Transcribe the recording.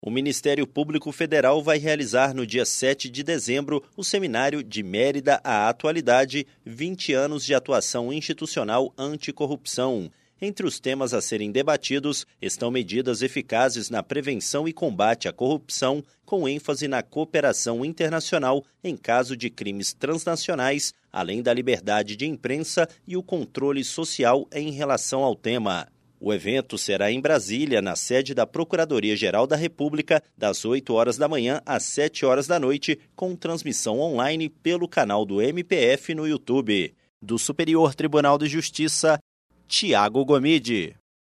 O Ministério Público Federal vai realizar no dia 7 de dezembro o seminário De Mérida à Atualidade, 20 anos de atuação institucional anticorrupção. Entre os temas a serem debatidos estão medidas eficazes na prevenção e combate à corrupção, com ênfase na cooperação internacional em caso de crimes transnacionais, além da liberdade de imprensa e o controle social em relação ao tema. O evento será em Brasília, na sede da Procuradoria-Geral da República, das 8 horas da manhã às 7 horas da noite, com transmissão online pelo canal do MPF no YouTube. Do Superior Tribunal de Justiça, Tiago Gomide.